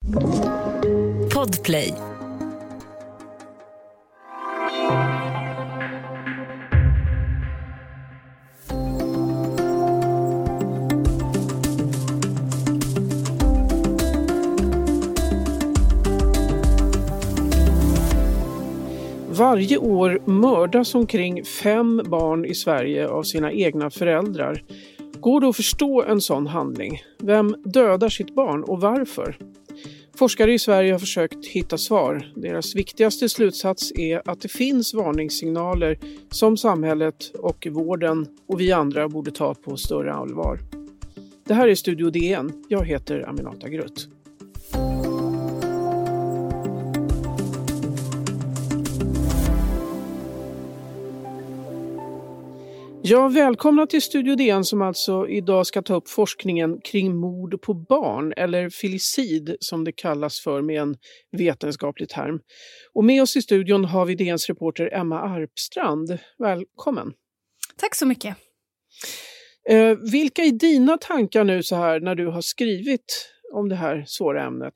Podplay. Varje år mördas omkring 5 barn i Sverige av sina egna föräldrar. Går det att förstå en sån handling? Vem dödar sitt barn och varför? Forskare i Sverige har försökt hitta svar. Deras viktigaste slutsats är att det finns varningssignaler som samhället och vården och vi andra borde ta på större allvar. Det här är Studio DN. Jag heter Aminata Grutt. Jag välkomnar till Studio DN som alltså idag ska ta upp forskningen kring mord på barn, eller filicid som det kallas för med en vetenskaplig term. Och med oss i studion har vi DNs reporter Emma Arpstrand. Välkommen. Tack så mycket. Vilka är dina tankar nu så här när du har skrivit om det här svåra ämnet?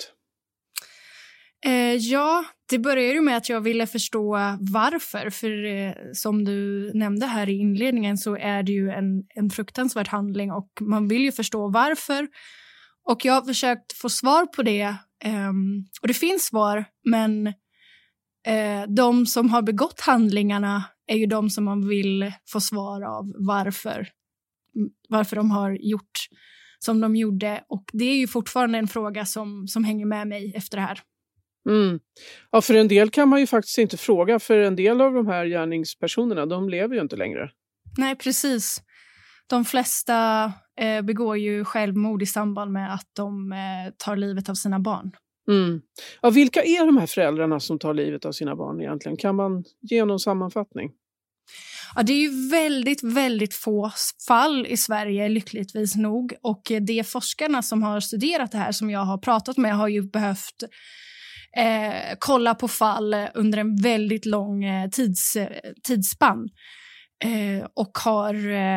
Ja, det börjar ju med att jag ville förstå varför. För som du nämnde här i inledningen så är det ju en fruktansvärd handling och man vill ju förstå varför. Och jag har försökt få svar på det. Och det finns svar, men de som har begått handlingarna är ju de som man vill få svar av varför de har gjort som de gjorde. Och det är ju fortfarande en fråga som hänger med mig efter det här. Mm. Ja, för en del kan man ju faktiskt inte fråga, för en del av de här gärningspersonerna, de lever ju inte längre. Nej, precis. De flesta begår ju självmord i samband med att de tar livet av sina barn. Mm. Ja, vilka är de här föräldrarna som tar livet av sina barn egentligen? Kan man ge någon sammanfattning? Ja, det är ju väldigt, väldigt få fall i Sverige, lyckligtvis nog. Och de forskarna som har studerat det här som jag har pratat med har ju behövt kolla på fall under en väldigt lång tidsspann. Och har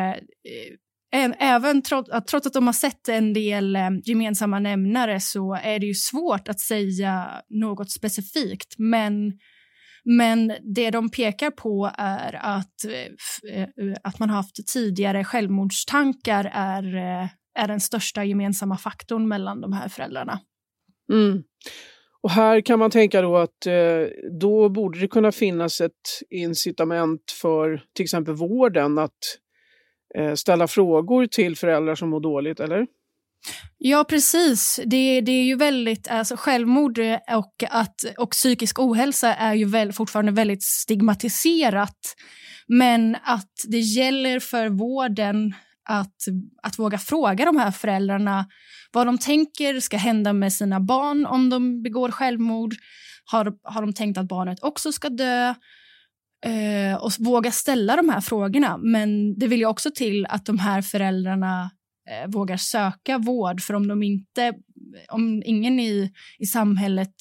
även trots att de har sett en del gemensamma nämnare så är det ju svårt att säga något specifikt. Men det de pekar på är att man har haft tidigare självmordstankar är den största gemensamma faktorn mellan de här föräldrarna. Mm. Och här kan man tänka då att då borde det kunna finnas ett incitament för till exempel vården att ställa frågor till föräldrar som mår dåligt, eller? Ja, precis. Det är ju väldigt, alltså självmord och psykisk ohälsa är ju fortfarande väldigt stigmatiserat. Men att det gäller för vården att våga fråga de här föräldrarna vad de tänker ska hända med sina barn om de begår självmord. Har de tänkt att barnet också ska dö? Och våga ställa de här frågorna. Men det vill ju också till att de här föräldrarna vågar söka vård. För om ingen i samhället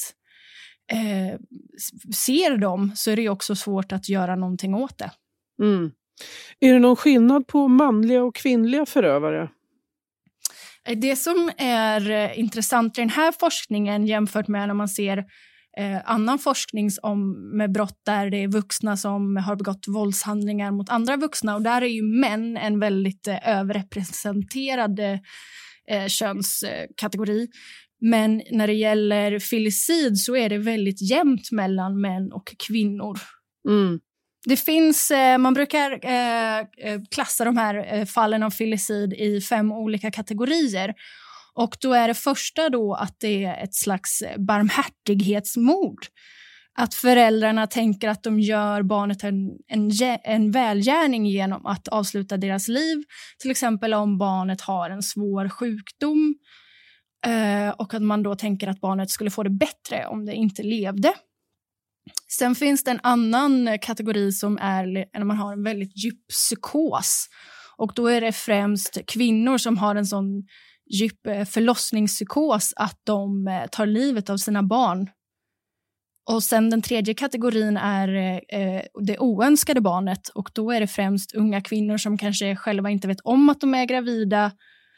ser dem så är det ju också svårt att göra någonting åt det. Mm. Är det någon skillnad på manliga och kvinnliga förövare? Det som är intressant i den här forskningen jämfört med när man ser annan forskning med brott där det är vuxna som har begått våldshandlingar mot andra vuxna. Och där är ju män en väldigt överrepresenterad könskategori. Men när det gäller filicid så är det väldigt jämnt mellan män och kvinnor. Mm. Det finns, man brukar klassa de här fallen av filicid i 5 olika kategorier. Och då är det första då att det är ett slags barmhärtighetsmord. Att föräldrarna tänker att de gör barnet en välgärning genom att avsluta deras liv. Till exempel om barnet har en svår sjukdom. Och att man då tänker att barnet skulle få det bättre om det inte levde. Sen finns det en annan kategori som är när man har en väldigt djup psykos. Och då är det främst kvinnor som har en sån djup förlossningspsykos att de tar livet av sina barn. Och sen den tredje kategorin är det oönskade barnet. Och då är det främst unga kvinnor som kanske själva inte vet om att de är gravida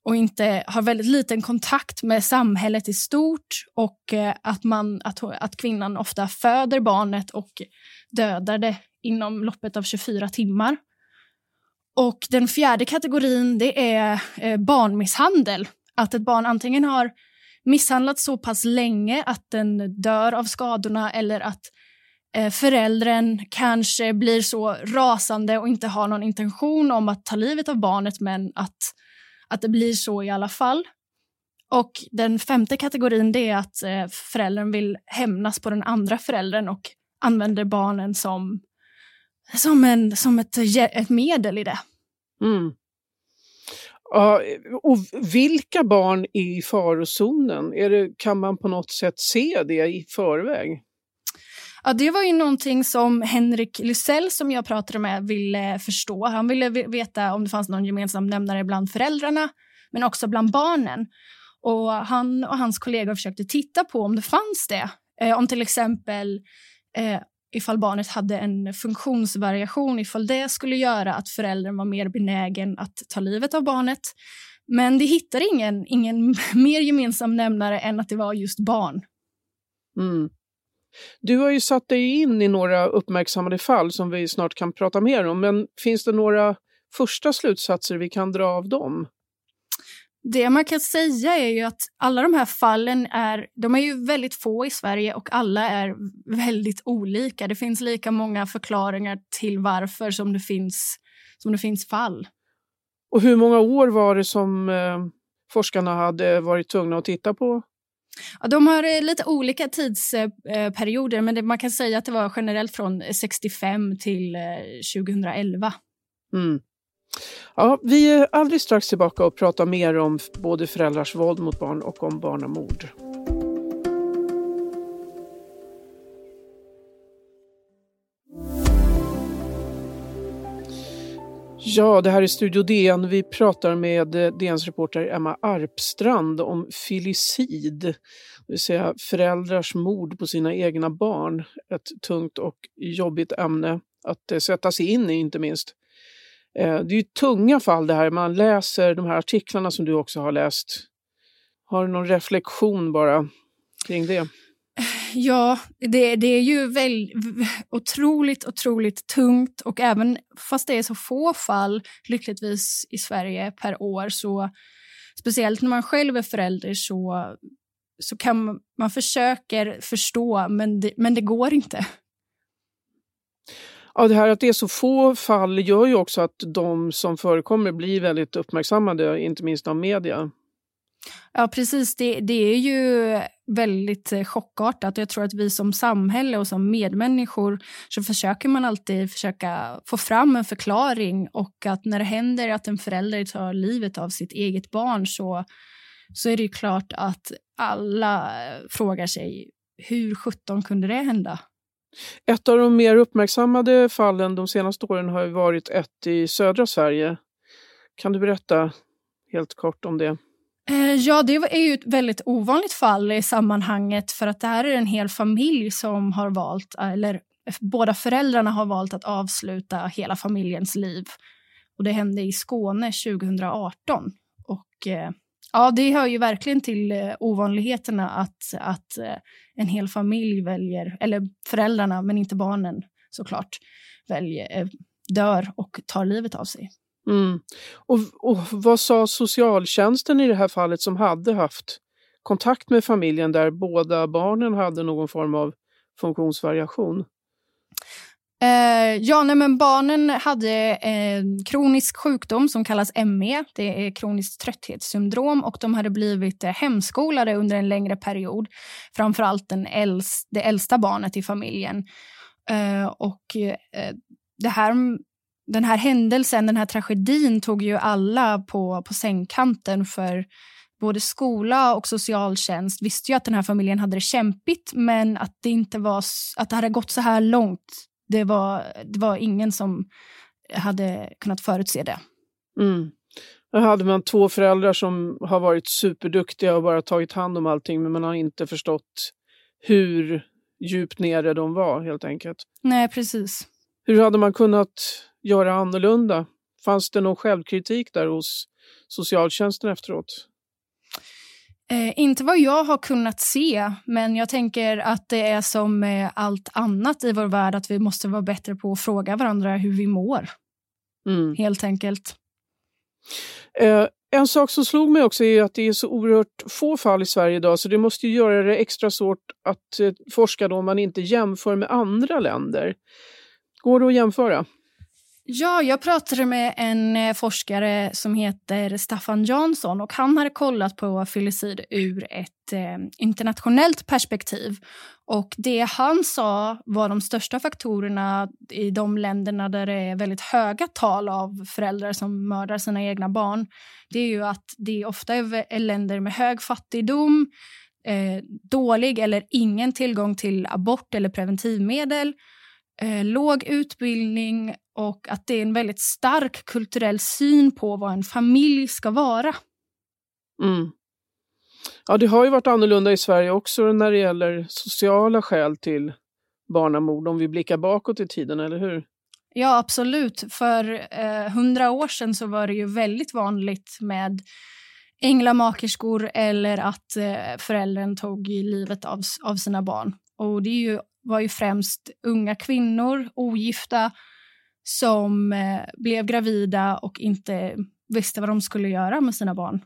och inte har väldigt liten kontakt med samhället i stort, och att kvinnan ofta föder barnet och dödar det inom loppet av 24 timmar. Och den fjärde kategorin, det är barnmisshandel. Att ett barn antingen har misshandlats så pass länge att den dör av skadorna, eller att föräldern kanske blir så rasande och inte har någon intention om att ta livet av barnet, men att det blir så i alla fall. Och den femte kategorin, det är att föräldern vill hämnas på den andra föräldern och använder barnen som ett medel i det. Mm. Ja, och vilka barn är i farozonen? Kan man på något sätt se det i förväg? Ja, det var ju någonting som Henrik Lysell, som jag pratade med, ville förstå. Han ville veta om det fanns någon gemensam nämnare bland föräldrarna, men också bland barnen. Och han och hans kollegor försökte titta på om det fanns det. Om till exempel ifall barnet hade en funktionsvariation, ifall det skulle göra att föräldern var mer benägen att ta livet av barnet. Men det hittade ingen mer gemensam nämnare än att det var just barn. Mm. Du har ju satt dig in i några uppmärksammade fall som vi snart kan prata mer om, men finns det några första slutsatser vi kan dra av dem? Det man kan säga är ju att alla de här fallen de är ju väldigt få i Sverige, och alla är väldigt olika. Det finns lika många förklaringar till varför som det finns fall. Och hur många år var det som forskarna hade varit tvungna att titta på? Ja, de har lite olika tidsperioder, men man kan säga att det var generellt från 65 till 2011. Mm. Ja, vi är alldeles strax tillbaka och pratar mer om både föräldrars våld mot barn och om barnamord. Ja, det här är Studio DN. Vi pratar med DNs reporter Emma Arpstrand om filicid, det vill säga föräldrars mord på sina egna barn. Ett tungt och jobbigt ämne att sätta sig in i, inte minst. Det är ju tunga fall det här. Man läser de här artiklarna som du också har läst. Har du någon reflektion bara kring det? Ja, det är ju otroligt tungt, och även fast det är så få fall lyckligtvis i Sverige per år, så speciellt när man själv är förälder så kan man försöka förstå, men det går inte. Ja, det här att det är så få fall gör ju också att de som förekommer blir väldigt uppmärksammade, inte minst av media. Ja, precis. Det är ju väldigt chockartat. Jag tror att vi som samhälle och som medmänniskor, så försöker man alltid få fram en förklaring, och att när det händer att en förälder tar livet av sitt eget barn, så är det ju klart att alla frågar sig, hur 17 kunde det hända? Ett av de mer uppmärksammade fallen de senaste åren har ju varit ett i södra Sverige. Kan du berätta helt kort om det? Ja, det är ju ett väldigt ovanligt fall i sammanhanget, för att det här är en hel familj som har valt, eller båda föräldrarna har valt att avsluta hela familjens liv. Och det hände i Skåne 2018. Och ja, det hör ju verkligen till ovanligheterna att en hel familj väljer, eller föräldrarna, men inte barnen såklart, dör och tar livet av sig. Mm. Och vad sa socialtjänsten i det här fallet, som hade haft kontakt med familjen där båda barnen hade någon form av funktionsvariation? Men barnen hade en kronisk sjukdom som kallas ME. Det är kroniskt trötthetssyndrom, och de hade blivit hemskolade under en längre period. Framförallt det äldsta barnet i familjen. Den här händelsen, den här tragedin, tog ju alla på sängkanten, för både skola och socialtjänst visste ju att den här familjen hade det kämpigt, men att det hade gått så här långt, det var ingen som hade kunnat förutse det. Mm. Då hade man två föräldrar som har varit superduktiga och bara tagit hand om allting, men man har inte förstått hur djupt nere de var, helt enkelt. Nej, precis. Hur hade man kunnat göra annorlunda Fanns det någon självkritik där hos socialtjänsten efteråt? Inte vad jag har kunnat se, men jag tänker att det är som med allt annat i vår värld att vi måste vara bättre på att fråga varandra hur vi mår. Helt enkelt. En sak som slog mig också är att det är så oerhört få fall i Sverige idag, så det måste ju göra det extra svårt att forska då om man inte jämför med andra länder. Går det att jämföra? Ja, jag pratade med en forskare som heter Staffan Jansson och han hade kollat på filicid ur ett internationellt perspektiv. Och det han sa var de största faktorerna i de länderna där det är väldigt höga tal av föräldrar som mördar sina egna barn. Det är ju att det ofta är länder med hög fattigdom, dålig eller ingen tillgång till abort eller preventivmedel, låg utbildning och att det är en väldigt stark kulturell syn på vad en familj ska vara. Ja, det har ju varit annorlunda i Sverige också när det gäller sociala skäl till barnamord om vi blickar bakåt i tiden, eller hur? Ja, absolut. För 100 år sedan så var det ju väldigt vanligt med änglamakerskor eller att föräldern tog livet av sina barn. Och det var ju främst unga kvinnor, ogifta, som blev gravida och inte visste vad de skulle göra med sina barn.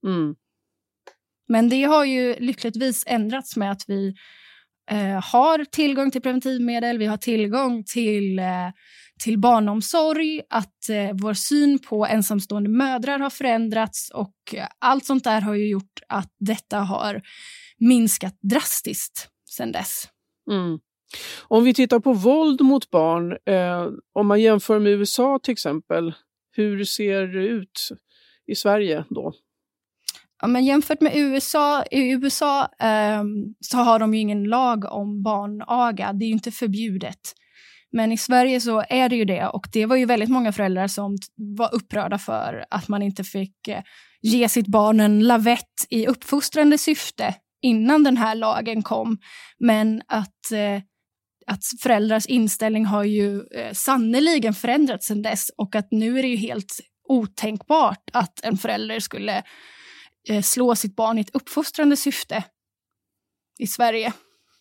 Men det har ju lyckligtvis ändrats med att vi har tillgång till preventivmedel, vi har tillgång till barnomsorg, att vår syn på ensamstående mödrar har förändrats och allt sånt där har ju gjort att detta har minskat drastiskt sedan dess. Om vi tittar på våld mot barn, om man jämför med USA till exempel, hur ser det ut i Sverige då? Ja, men jämfört med i USA så har de ju ingen lag om barnaga. Det är ju inte förbjudet. Men i Sverige så är det ju det. Och det var ju väldigt många föräldrar som var upprörda för att man inte fick ge sitt barn en lavett i uppfostrande syfte innan den här lagen kom. Men att föräldrars inställning har ju sannoliken förändrats sedan dess. Och att nu är det ju helt otänkbart att en förälder skulle slå sitt barn i ett uppfostrande syfte i Sverige.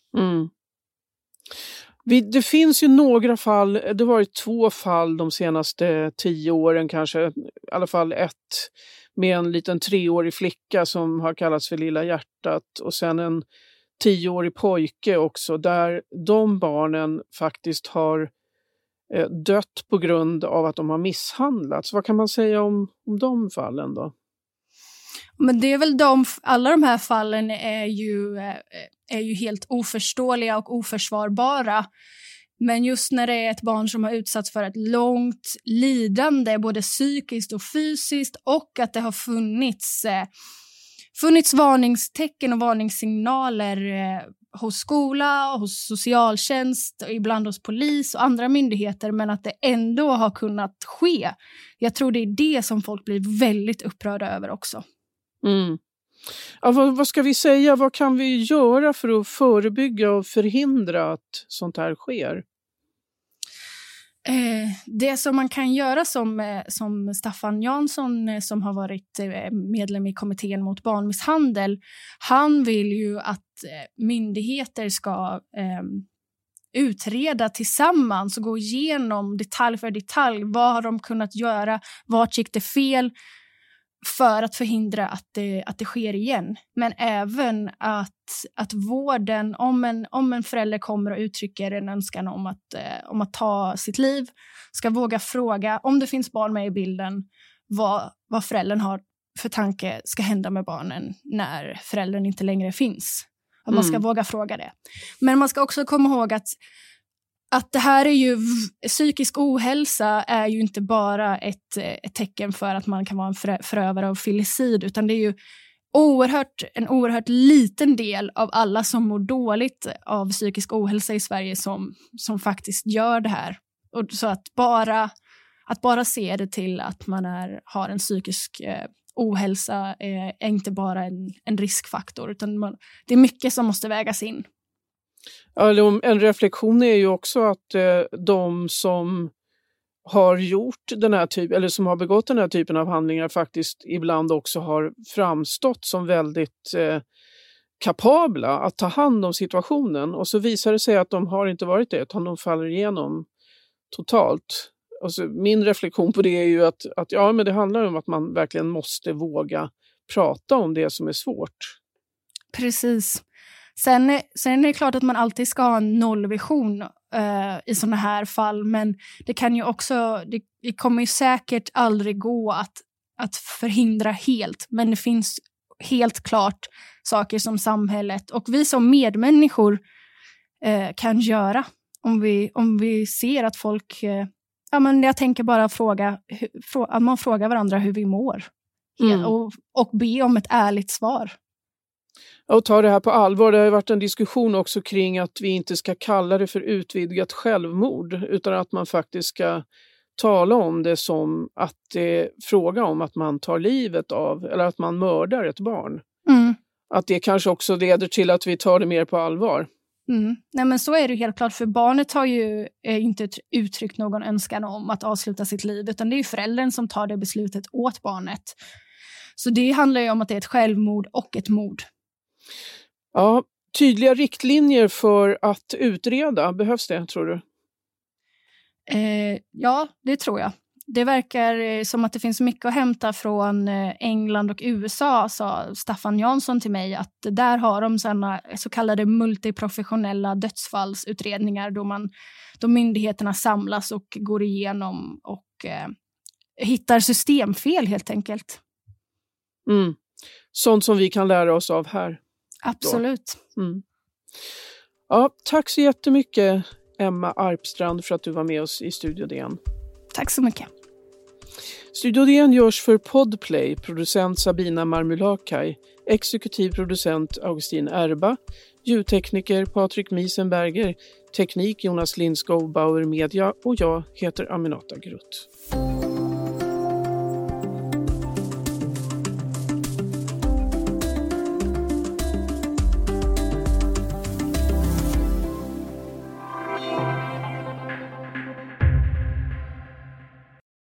Det finns ju några fall, det har varit 2 fall de senaste 10 åren kanske, i alla fall ett med en liten 3-årig flicka som har kallats för Lilla hjärtat och sen en 10-årig pojke också, där de barnen faktiskt har dött på grund av att de har misshandlats. Vad kan man säga om de fallen då? Men det är väl alla de här fallen är ju helt oförståeliga och oförsvarbara. Men just när det är ett barn som har utsatts för ett långt lidande, både psykiskt och fysiskt, och att det har funnits varningstecken och varningssignaler hos skola, hos socialtjänst, och ibland hos polis och andra myndigheter, men att det ändå har kunnat ske. Jag tror det är det som folk blir väldigt upprörda över också. Ja, vad ska vi säga? Vad kan vi göra för att förebygga och förhindra att sånt här sker? Det som man kan göra som Staffan Jansson, som har varit medlem i kommittén mot barnmisshandel, han vill ju att myndigheter ska utreda tillsammans och gå igenom detalj för detalj. Vad har de kunnat göra? Vart gick det fel? För att förhindra att det sker igen. Men även att vården, om en förälder kommer och uttrycker en önskan om att ta sitt liv, ska våga fråga om det finns barn med i bilden, vad föräldern har för tanke ska hända med barnen när föräldern inte längre finns. Att man ska våga fråga det. Men man ska också komma ihåg att det här är ju, psykisk ohälsa är ju inte bara ett tecken för att man kan vara en förövare av filicid, utan det är ju en oerhört liten del av alla som mår dåligt av psykisk ohälsa i Sverige som faktiskt gör det här. Och så att bara se det till att man har en psykisk ohälsa är inte bara en riskfaktor, utan det är mycket som måste vägas in. En reflektion är ju också att de som har gjort den här typen, eller som har begått den här typen av handlingar faktiskt ibland också har framstått som väldigt kapabla att ta hand om situationen. Och så visar det sig att de har inte varit det, utan de faller igenom totalt. Alltså, min reflektion på det är ju att ja, men det handlar om att man verkligen måste våga prata om det som är svårt. Precis. Sen är det klart att man alltid ska ha en nollvision i sådana här fall, men det kan ju också, det kommer ju säkert aldrig gå att förhindra helt, men det finns helt klart saker som samhället och vi som medmänniskor kan göra om vi ser att folk, men jag tänker bara att man frågar varandra hur vi mår och be om ett ärligt svar. Och ta det här på allvar. Det har ju varit en diskussion också kring att vi inte ska kalla det för utvidgat självmord, utan att man faktiskt ska tala om det som att det är fråga om att man tar livet av eller att man mördar ett barn. Att det kanske också leder till att vi tar det mer på allvar. Nej, men så är det helt klart, för barnet har ju inte uttryckt någon önskan om att avsluta sitt liv, utan det är ju föräldern som tar det beslutet åt barnet. Så det handlar ju om att det är ett självmord och ett mord. Ja, tydliga riktlinjer för att utreda, behövs det, tror du? Ja, det tror jag. Det verkar som att det finns mycket att hämta från England och USA, sa Staffan Jansson till mig, att där har de sådana så kallade multiprofessionella dödsfallsutredningar då myndigheterna samlas och går igenom och hittar systemfel helt enkelt. Sånt som vi kan lära oss av här. Absolut. Ja, tack så jättemycket Emma Arpstrand för att du var med oss i Studio DN. Tack så mycket. Studio DN görs för Podplay, producent Sabina Marmulakai, exekutiv producent Augustin Erba, ljudtekniker Patrik Miesenberger, teknik Jonas Lindskog, Bauer Media och jag heter Aminata Grutt.